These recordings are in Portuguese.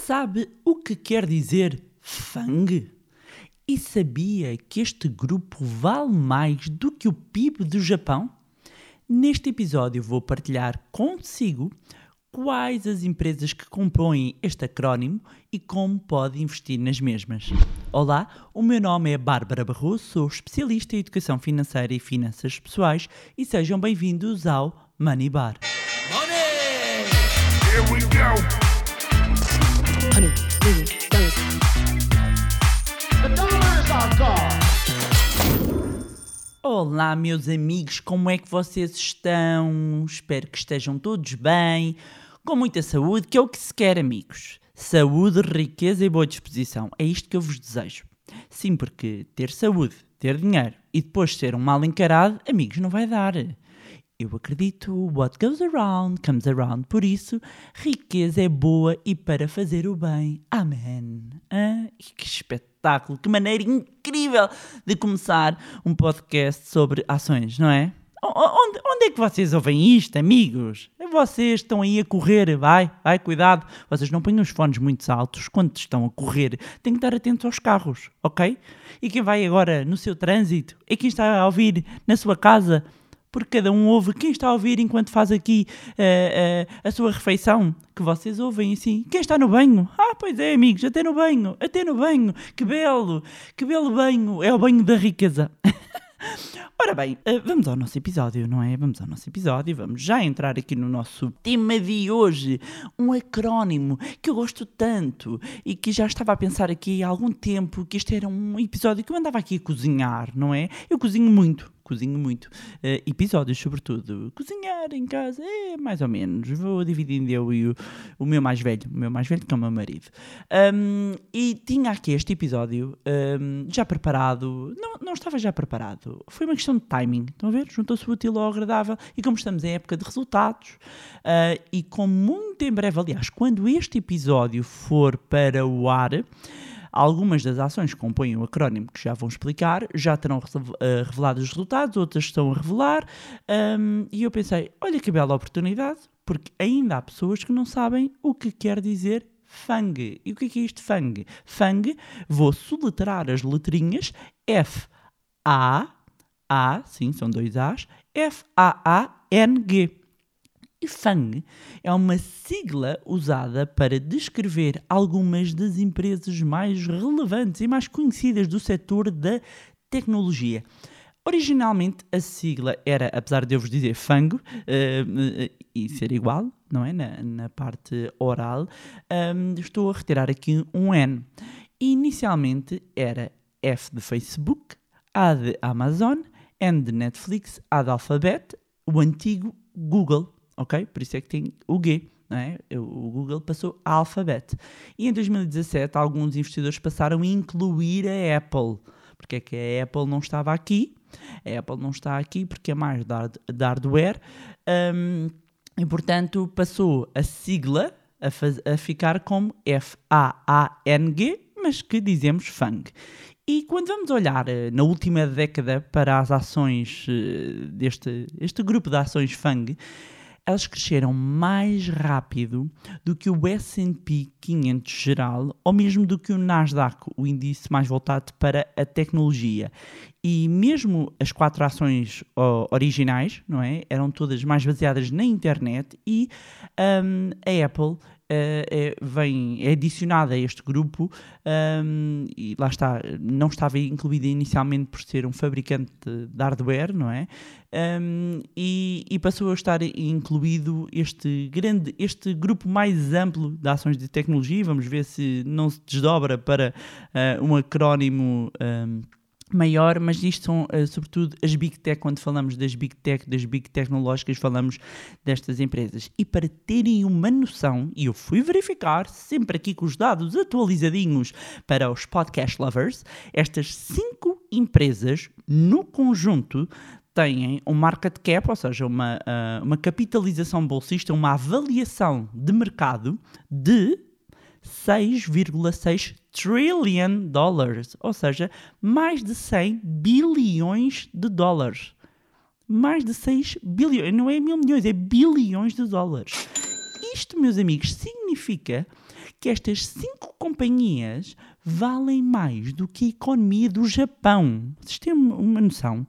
Sabe o que quer dizer FANG? E sabia que este grupo vale mais do que o PIB do Japão? Neste episódio vou partilhar consigo quais as empresas que compõem este acrónimo e como pode investir nas mesmas. Olá, o meu nome é Bárbara Barroso, sou especialista em educação financeira e finanças pessoais e sejam bem-vindos ao Money Bar. Money! Here we go! Honey, million, dollars. The dollar is our god! Olá, meus amigos, como é que vocês estão? Espero que estejam todos bem, com muita saúde, que é o que se quer, amigos. Saúde, riqueza e boa disposição. É isto que eu vos desejo. Sim, porque ter saúde, ter dinheiro e depois ser um mal encarado, amigos, não vai dar. Eu acredito, what goes around comes around. Por isso, riqueza é boa e para fazer o bem. Amém. Que espetáculo, que maneira incrível de começar um podcast sobre ações, não é? Onde é que vocês ouvem isto, amigos? Vocês estão aí a correr, vai, cuidado. Vocês não ponham os fones muito altos quando estão a correr. Têm que estar atentos aos carros, ok? E quem vai agora no seu trânsito? E quem está a ouvir na sua casa? Porque cada um ouve, quem está a ouvir enquanto faz aqui a sua refeição, que vocês ouvem assim. Quem está no banho? Pois é, amigos, até no banho, que belo banho, é o banho da riqueza. Ora bem, vamos ao nosso episódio, não é? Vamos já entrar aqui no nosso tema de hoje, um acrónimo que eu gosto tanto e que já estava a pensar aqui há algum tempo que este era um episódio que eu andava aqui a cozinhar, não é? Eu cozinho muito. Episódios, sobretudo. Cozinhar em casa é mais ou menos. Vou dividindo eu e o meu mais velho que é o meu marido. E tinha aqui este episódio já preparado. Não estava já preparado. Foi uma questão de timing. Estão a ver? Juntou-se o útil ao agradável. E como estamos em época de resultados, e com muito em breve, aliás, quando este episódio for para o ar, algumas das ações que compõem o acrónimo, que já vão explicar, já terão revelado os resultados, outras estão a revelar, e eu pensei, olha que bela oportunidade, porque ainda há pessoas que não sabem o que quer dizer FANG. E o que é isto FANG? FANG, vou soletrar as letrinhas F-A, sim, são dois A's, F-A-A-N-G. E FANG é uma sigla usada para descrever algumas das empresas mais relevantes e mais conhecidas do setor da tecnologia. Originalmente a sigla era, apesar de eu vos dizer FANG, e ser igual, não é? Na parte oral, estou a retirar aqui um N. E inicialmente era F de Facebook, A de Amazon, N de Netflix, A de Alphabet, o antigo Google. Ok? Por isso é que tem o G, não é? O Google passou a Alphabet. E em 2017, alguns investidores passaram a incluir a Apple. Porque é que a Apple não estava aqui? A Apple não está aqui porque é mais de hardware. E, portanto, passou a sigla a ficar como F-A-A-N-G, mas que dizemos FANG. E quando vamos olhar na última década para as ações este grupo de ações FANG, elas cresceram mais rápido do que o S&P 500 geral ou mesmo do que o Nasdaq, o índice mais voltado para a tecnologia. E mesmo as 4 ações originais, não é? Eram todas mais baseadas na internet e a Apple é adicionada a este grupo e lá está, não estava incluída inicialmente por ser um fabricante de hardware, não é? E passou a estar incluído este grupo mais amplo de ações de tecnologia. Vamos ver se não se desdobra para um acrónimo maior, mas isto são sobretudo as Big Tech. Quando falamos das Big Tech, das Big Tecnológicas, falamos destas empresas. E para terem uma noção, e eu fui verificar, sempre aqui com os dados atualizadinhos para os podcast lovers, estas 5 empresas no conjunto têm um market cap, ou seja, uma capitalização bolsista, uma avaliação de mercado de 6,6 trillion dólares, ou seja, mais de 100 bilhões de dólares. Mais de 6 bilhões, não é mil milhões, é bilhões de dólares. Isto, meus amigos, significa que estas 5 companhias valem mais do que a economia do Japão. Vocês têm uma noção?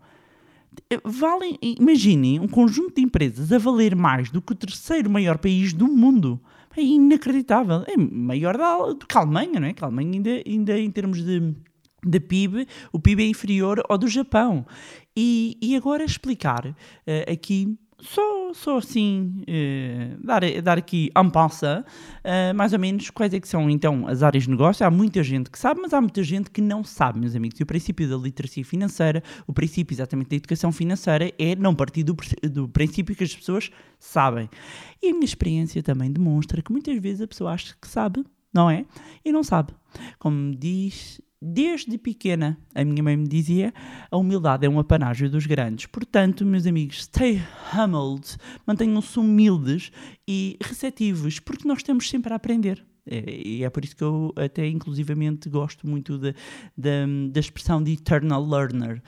Imaginem um conjunto de empresas a valer mais do que o 3º maior país do mundo. É inacreditável. É maior do que a Alemanha, não é? Que a Alemanha ainda em termos de PIB, o PIB é inferior ao do Japão. E agora explicar aqui, só assim, dar aqui en passant, mais ou menos quais é que são então as áreas de negócio. Há muita gente que sabe, mas há muita gente que não sabe, meus amigos. E o princípio da literacia financeira, o princípio exatamente da educação financeira é não partir do princípio que as pessoas sabem. E a minha experiência também demonstra que muitas vezes a pessoa acha que sabe, não é? E não sabe. Como diz... Desde pequena, a minha mãe me dizia, a humildade é um apanágio dos grandes. Portanto, meus amigos, stay humbled, mantenham-se humildes e receptivos, porque nós estamos sempre a aprender. E é por isso que eu até inclusivamente gosto muito da expressão de eternal learner.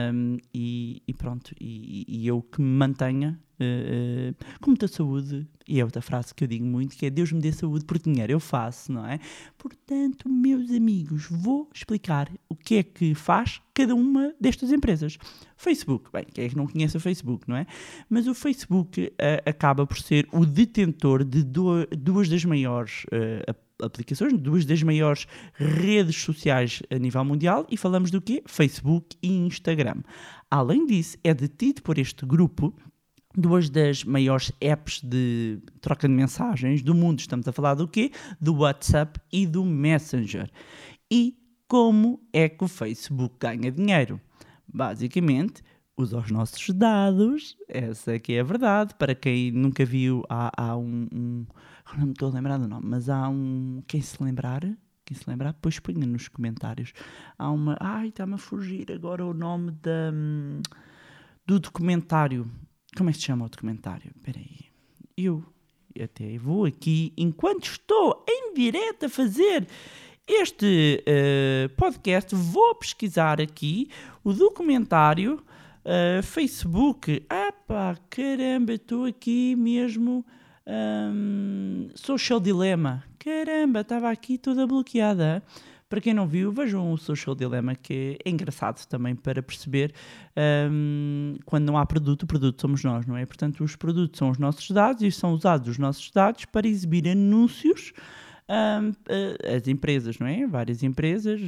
E pronto, e eu que me mantenha com muita saúde, e é outra frase que eu digo muito, que é Deus me dê saúde, porque dinheiro eu faço, não é? Portanto, meus amigos, vou explicar o que é que faz cada uma destas empresas. Facebook, bem, quem é que não conhece o Facebook, não é? Mas o Facebook acaba por ser o detentor de duas das maiores aplicações, duas das maiores redes sociais a nível mundial, e falamos do quê? Facebook e Instagram. Além disso, é detido por este grupo duas das maiores apps de troca de mensagens do mundo. Estamos a falar do quê? Do WhatsApp e do Messenger. E como é que o Facebook ganha dinheiro? Basicamente, usa os nossos dados, essa é que é a verdade. Para quem nunca viu, há um não me estou a lembrar do nome, mas há um... Quem se lembrar, depois ponha nos comentários. Há uma... está-me a fugir agora o nome do documentário. Como é que se chama o documentário? Espera aí. Eu até vou aqui, enquanto estou em direto a fazer este podcast, vou pesquisar aqui o documentário Facebook. Caramba, estou aqui mesmo. Social Dilemma. Caramba, estava aqui toda bloqueada. Para quem não viu, vejam o Social Dilemma, que é engraçado também para perceber quando não há produto, o produto somos nós, não é? Portanto, os produtos são os nossos dados e são usados os nossos dados para exibir anúncios. As empresas, não é? Várias empresas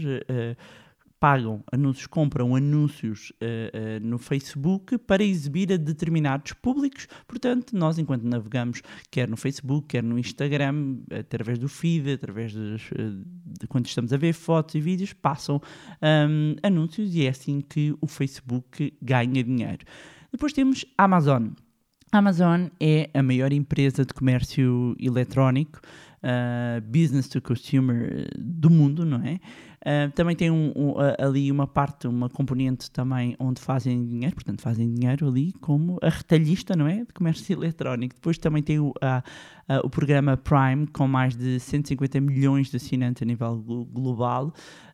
pagam anúncios, compram anúncios no Facebook para exibir a determinados públicos. Portanto, nós, enquanto navegamos, quer no Facebook, quer no Instagram, através do feed, através de quando estamos a ver fotos e vídeos, passam anúncios, e é assim que o Facebook ganha dinheiro. Depois temos a Amazon. A Amazon é a maior empresa de comércio eletrónico, business to consumer do mundo, não é? Também tem ali uma parte, uma componente também onde fazem dinheiro, portanto fazem dinheiro ali como a retalhista, não é? De comércio eletrónico. Depois também tem o programa Prime, com mais de 150 milhões de assinantes a nível global,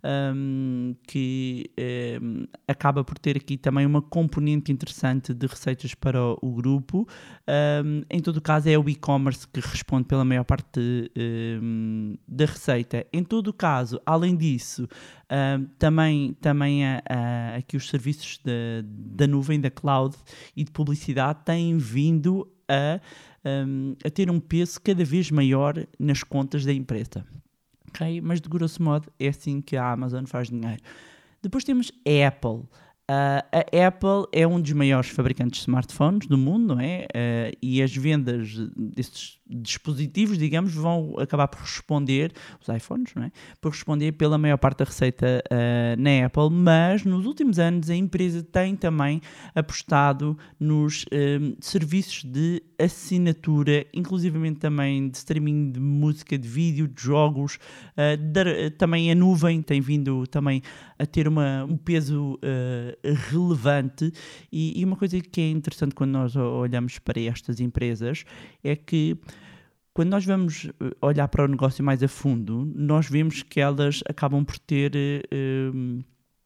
que acaba por ter aqui também uma componente interessante de receitas para o grupo. Em todo o caso é o e-commerce que responde pela maior parte da receita. Em todo o caso, além disso, também há aqui os serviços da nuvem, da cloud e de publicidade têm vindo a ter um peso cada vez maior nas contas da empresa. Okay? Mas de grosso modo é assim que a Amazon faz dinheiro. Depois temos a Apple. A Apple é um dos maiores fabricantes de smartphones do mundo, não é? E as vendas destes dispositivos, digamos, vão acabar por responder, os iPhones, não é? Por responder pela maior parte da receita na Apple, mas nos últimos anos a empresa tem também apostado nos serviços de assinatura, inclusivamente também de streaming de música, de vídeo, de jogos, também a nuvem tem vindo também a ter um peso relevante, e uma coisa que é interessante quando nós olhamos para estas empresas é que quando nós vamos olhar para o negócio mais a fundo, nós vemos que elas acabam por ter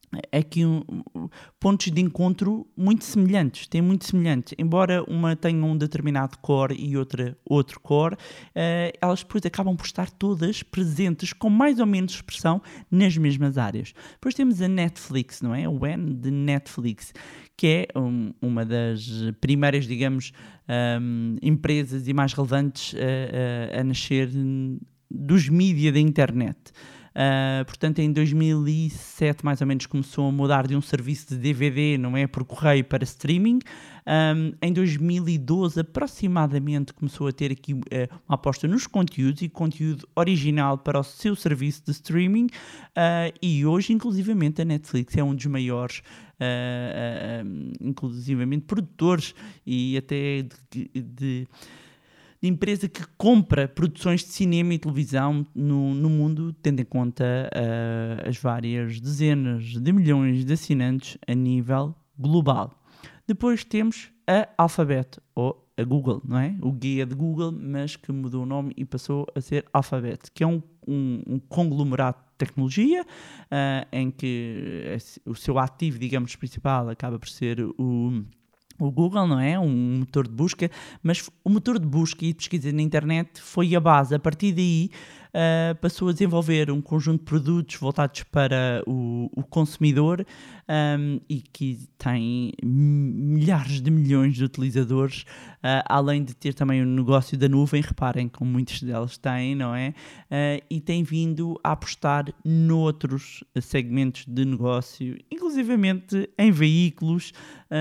aqui pontos de encontro muito semelhantes, embora uma tenha um determinado core e outra outro core, elas depois acabam por estar todas presentes com mais ou menos expressão nas mesmas áreas. Depois temos a Netflix, não é? O N de Netflix, que é uma das primeiras, digamos, empresas e mais relevantes a nascer dos mídia da internet. Portanto, em 2007, mais ou menos, começou a mudar de um serviço de DVD, não é, por correio para streaming. Em 2012, aproximadamente, começou a ter aqui uma aposta nos conteúdos e conteúdo original para o seu serviço de streaming. E hoje, inclusivamente, a Netflix é um dos maiores inclusivamente produtores e até de empresa que compra produções de cinema e televisão no mundo, tendo em conta as várias dezenas de milhões de assinantes a nível global. Depois temos a Alphabet, ou a Google, não é? O guia de Google, mas que mudou o nome e passou a ser Alphabet, que é um conglomerado de tecnologia, em que o seu ativo, digamos, principal acaba por ser o Google, não é? Um motor de busca, mas o motor de busca e pesquisa na internet foi a base. A partir daí passou a desenvolver um conjunto de produtos voltados para o consumidor e que tem milhares de milhões de utilizadores, além de ter também o negócio da nuvem, reparem como muitos delas têm, não é? E tem vindo a apostar noutros segmentos de negócio, inclusivamente em veículos,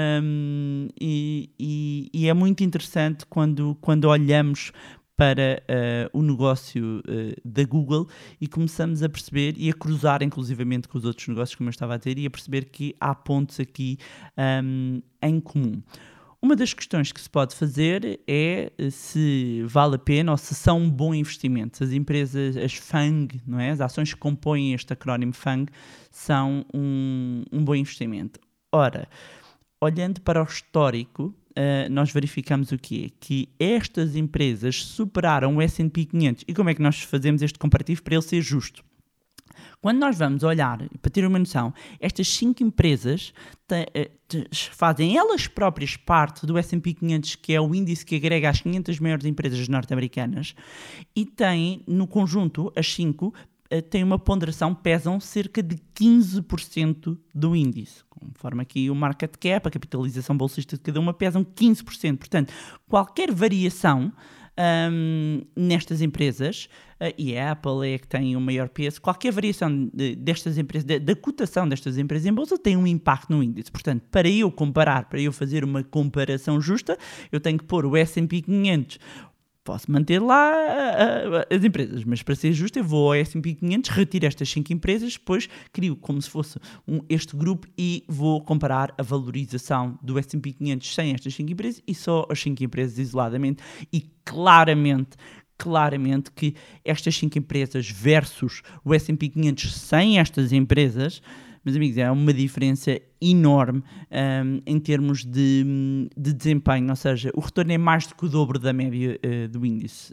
e é muito interessante quando olhamos para o negócio da Google e começamos a perceber e a cruzar inclusivamente com os outros negócios, como eu estava a dizer, e a perceber que há pontos aqui em comum. Uma das questões que se pode fazer é se vale a pena ou se são um bom investimento. As empresas, as FANG, não é? As ações que compõem este acrónimo FANG, são um bom investimento. Ora, olhando para o histórico, nós verificamos o quê? Que estas empresas superaram o S&P 500. E como é que nós fazemos este comparativo para ele ser justo? Quando nós vamos olhar, para ter uma noção, estas 5 empresas fazem elas próprias parte do S&P 500, que é o índice que agrega as 500 maiores empresas norte-americanas, e têm, no conjunto, as 5 têm uma ponderação, pesam cerca de 15% do índice. Conforme aqui o market cap, a capitalização bolsista de cada uma, pesam 15%. Portanto, qualquer variação nestas empresas, e a Apple é que tem o maior peso, qualquer variação destas empresas, da cotação destas empresas em bolsa, tem um impacto no índice. Portanto, para eu fazer uma comparação justa, eu tenho que pôr o S&P 500. Posso manter lá as empresas, mas para ser justo eu vou ao S&P 500, retiro estas 5 empresas, depois crio como se fosse este grupo e vou comparar a valorização do S&P 500 sem estas 5 empresas e só as 5 empresas isoladamente, e claramente que estas 5 empresas versus o S&P 500 sem estas empresas, meus amigos, é uma diferença enorme em termos de desempenho, ou seja, o retorno é mais do que o dobro da média do índice.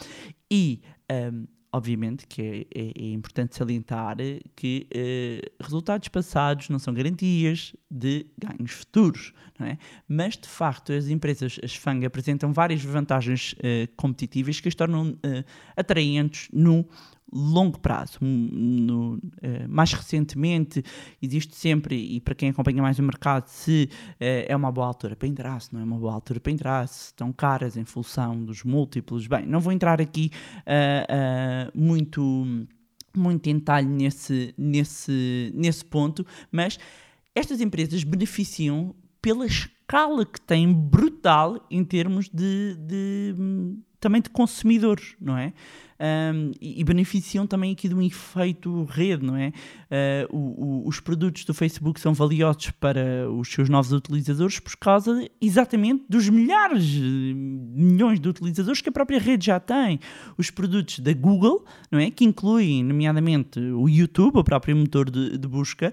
Obviamente que é importante salientar que resultados passados não são garantias de ganhos futuros, não é? Mas, de facto, as empresas, as FANG, apresentam várias vantagens competitivas que as tornam atraentes no longo prazo. Mais recentemente existe sempre, e para quem acompanha mais o mercado, se é uma boa altura para entrar, se não é uma boa altura para entrar, se estão caras em função dos múltiplos. Bem, não vou entrar aqui muito em detalhe nesse ponto, mas estas empresas beneficiam pela escala que têm brutal em termos também de consumidores, não é? E beneficiam também aqui de um efeito rede, não é? Os produtos do Facebook são valiosos para os seus novos utilizadores por causa exatamente dos milhões de utilizadores que a própria rede já tem. Os produtos da Google, não é? Que incluem, nomeadamente, o YouTube, o próprio motor de busca,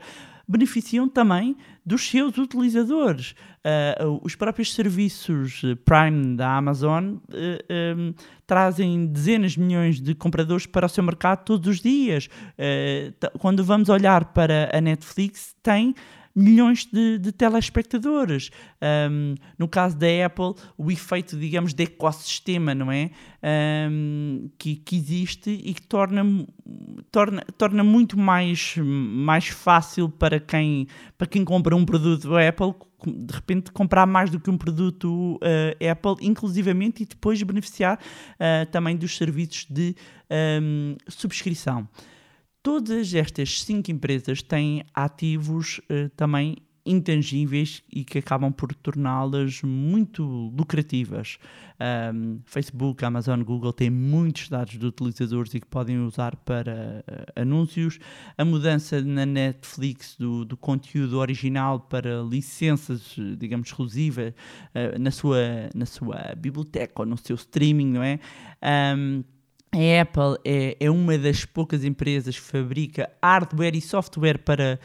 beneficiam também dos seus utilizadores. Os próprios serviços Prime da Amazon trazem dezenas de milhões de compradores para o seu mercado todos os dias. Quando vamos olhar para a Netflix, tem milhões de telespectadores. No caso da Apple, o efeito, digamos, de ecossistema, não é? Que existe e que torna muito mais fácil para quem compra um produto da Apple, de repente comprar mais do que um produto Apple, inclusivamente, e depois beneficiar também dos serviços de subscrição. Todas estas 5 empresas têm ativos também intangíveis e que acabam por torná-las muito lucrativas. Facebook, Amazon, Google têm muitos dados de utilizadores e que podem usar para anúncios. A mudança na Netflix do conteúdo original para licenças, digamos, exclusivas na sua biblioteca ou no seu streaming, não é? A Apple é uma das poucas empresas que fabrica hardware e software para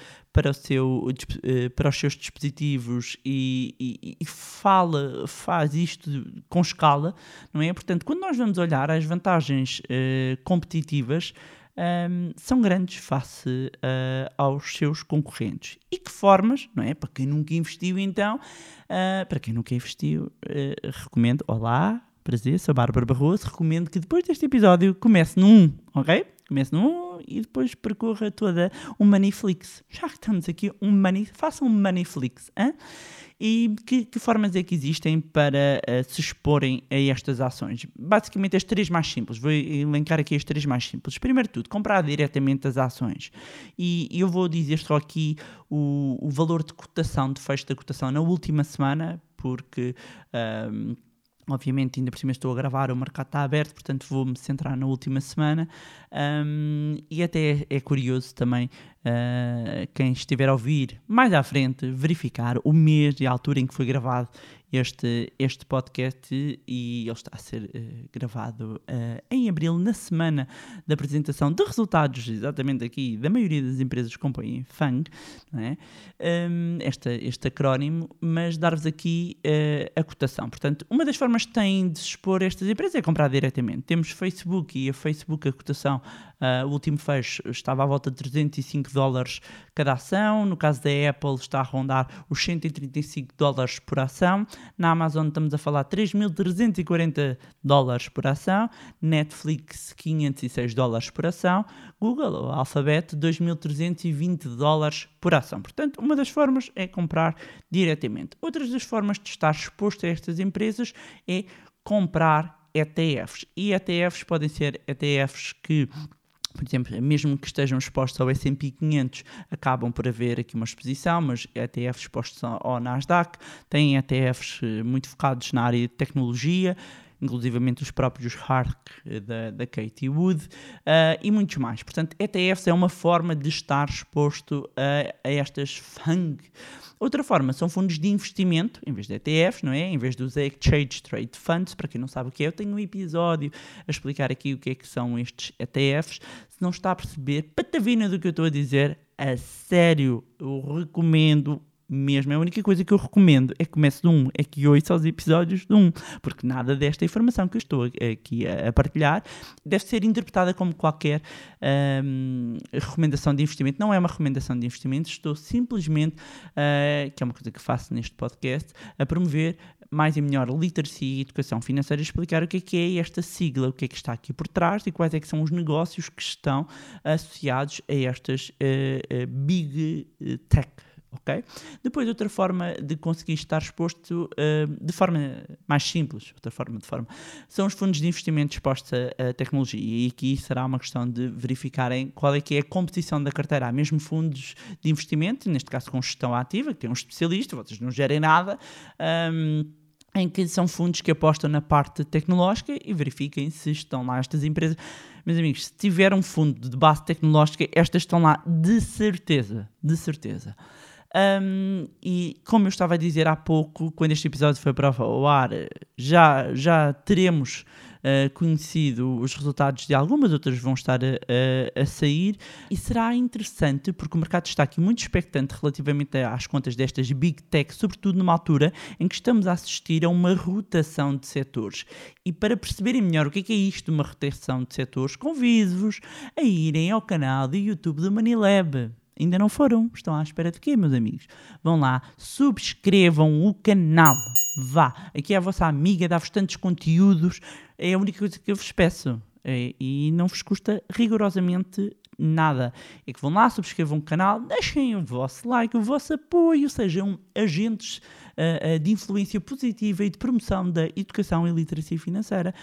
os seus dispositivos e faz isto com escala, não é? Portanto, quando nós vamos olhar as vantagens competitivas, são grandes face aos seus concorrentes. E que formas, não é? Para quem nunca investiu, então, recomendo, olá, prazer, sou a Bárbara Barroso, recomendo que depois deste episódio comece no 1, ok? Comece no 1 e depois percorra toda um Moneyflix. Já que estamos aqui, faça um Moneyflix, hein? E que formas é que existem para se exporem a estas ações? Basicamente as 3 mais simples, vou elencar aqui as 3 mais simples. Primeiro de tudo, comprar diretamente as ações. E eu vou dizer só aqui o valor de cotação, de fecho da cotação na última semana, porque obviamente, ainda por cima estou a gravar, o mercado está aberto, portanto vou-me centrar na última semana. E até é curioso também, quem estiver a ouvir mais à frente, verificar o mês e a altura em que foi gravado este podcast, e ele está a ser gravado em abril, na semana da apresentação de resultados, exatamente aqui, da maioria das empresas que compõem FANG, não é? Este acrónimo, mas dar-vos aqui a cotação. Portanto, uma das formas que têm de se expor estas empresas é comprar diretamente. Temos Facebook, e a Facebook, a cotação, o último fecho estava à volta de $305 cada ação. No caso da Apple, está a rondar os $135 por ação. Na Amazon estamos a falar $3.340 por ação. Netflix, $506 por ação. Google, ou Alphabet, $2.320 por ação. Portanto, uma das formas é comprar diretamente. Outras das formas de estar exposto a estas empresas é comprar ETFs. E ETFs podem ser ETFs que, por exemplo, mesmo que estejam expostos ao S&P 500, acabam por haver aqui uma exposição, mas ETFs expostos ao Nasdaq, têm ETFs muito focados na área de tecnologia, inclusivamente os próprios Hark da Katie Wood, e muitos mais. Portanto, ETFs é uma forma de estar exposto a estas FANG. Outra forma são fundos de investimento, em vez de ETFs, não é? Em vez dos Exchange Trade Funds. Para quem não sabe o que é, eu tenho um episódio a explicar aqui o que é que são estes ETFs. Se não está a perceber patavina do que eu estou a dizer, a sério, eu recomendo mesmo. A única coisa que eu recomendo é que comece de 1, é que ouça os episódios de 1, porque nada desta informação que eu estou aqui a partilhar deve ser interpretada como qualquer recomendação de investimento. Não é uma recomendação de investimento, estou simplesmente, que é uma coisa que faço neste podcast, a promover mais e melhor literacia e educação financeira, explicar o que é esta sigla, o que é que está aqui por trás e quais é que são os negócios que estão associados a estas Big Tech. Okay? Depois, outra forma de conseguir estar exposto de forma mais simples, são os fundos de investimento expostos à tecnologia, e aqui será uma questão de verificarem qual é que é a composição da carteira. Há mesmo fundos de investimento, neste caso com gestão ativa, que tem um especialista, vocês não gerem nada, em que são fundos que apostam na parte tecnológica, e verifiquem se estão lá estas empresas. Meus amigos, se tiver um fundo de base tecnológica, estas estão lá de certeza, de certeza. E como eu estava a dizer há pouco, quando este episódio foi para o ar, já teremos conhecido os resultados de algumas, outras vão estar a sair, e será interessante porque o mercado está aqui muito expectante relativamente às contas destas Big Tech, sobretudo numa altura em que estamos a assistir a uma rotação de setores. E para perceberem melhor o que é isto, uma rotação de setores, convido-vos a irem ao canal do YouTube do Money-Lab. Ainda não foram? Estão à espera de quê, meus amigos? Vão lá, subscrevam o canal. Vá, aqui é a vossa amiga, dá-vos tantos conteúdos, é a única coisa que eu vos peço. E não vos custa rigorosamente nada. É que vão lá, subscrevam o canal, deixem o vosso like, o vosso apoio, sejam agentes de influência positiva e de promoção da educação e literacia financeira.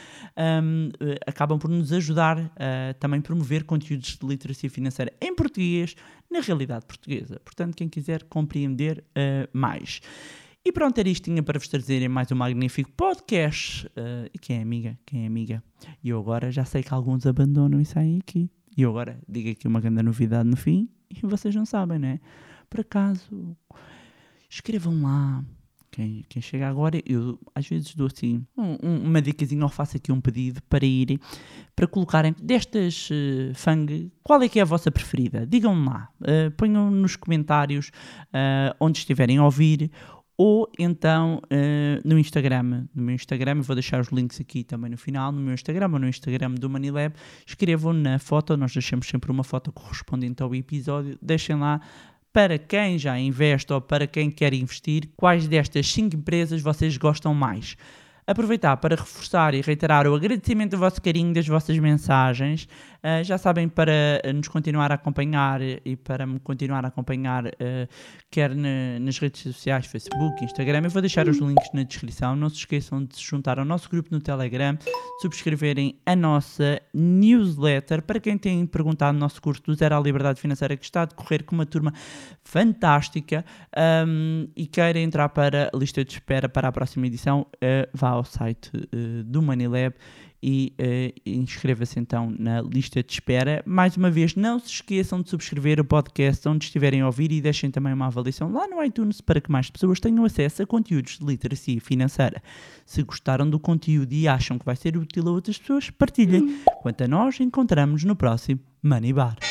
Acabam por nos ajudar a também promover conteúdos de literacia financeira em português, na realidade portuguesa. Portanto, quem quiser compreender mais. E pronto, era isto que tinha para vos trazerem mais um magnífico podcast. E quem é amiga? Quem é amiga? E eu agora já sei que alguns abandonam e saem aqui. E eu agora digo aqui uma grande novidade no fim e vocês não sabem, não é? Por acaso, escrevam lá. Quem chega agora, eu às vezes dou assim uma dicasinha ou faço aqui um pedido para irem, para colocarem destas fang, qual é que é a vossa preferida? Digam-me lá, ponham nos comentários onde estiverem a ouvir, ou então no Instagram. No meu Instagram, eu vou deixar os links aqui também no final, no meu Instagram ou no Instagram do Money-Lab, escrevam na foto, nós deixamos sempre uma foto correspondente ao episódio, deixem lá para quem já investe ou para quem quer investir, quais destas 5 empresas vocês gostam mais. Aproveitar para reforçar e reiterar o agradecimento do vosso carinho, das vossas mensagens. Já sabem, para nos continuar a acompanhar e para me continuar a acompanhar, quer nas redes sociais, Facebook, Instagram, eu vou deixar os links na descrição. Não se esqueçam de se juntar ao nosso grupo no Telegram, subscreverem a nossa newsletter. Para quem tem perguntado no nosso curso do Zero à Liberdade Financeira, que está a decorrer com uma turma fantástica, e queira entrar para a lista de espera para a próxima edição, vá ao site do Money-Lab e inscreva-se então na lista de espera. Mais uma vez, não se esqueçam de subscrever o podcast onde estiverem a ouvir e deixem também uma avaliação lá no iTunes para que mais pessoas tenham acesso a conteúdos de literacia financeira. Se gostaram do conteúdo e acham que vai ser útil a outras pessoas, partilhem. Quanto a nós, encontramos no próximo Money Bar.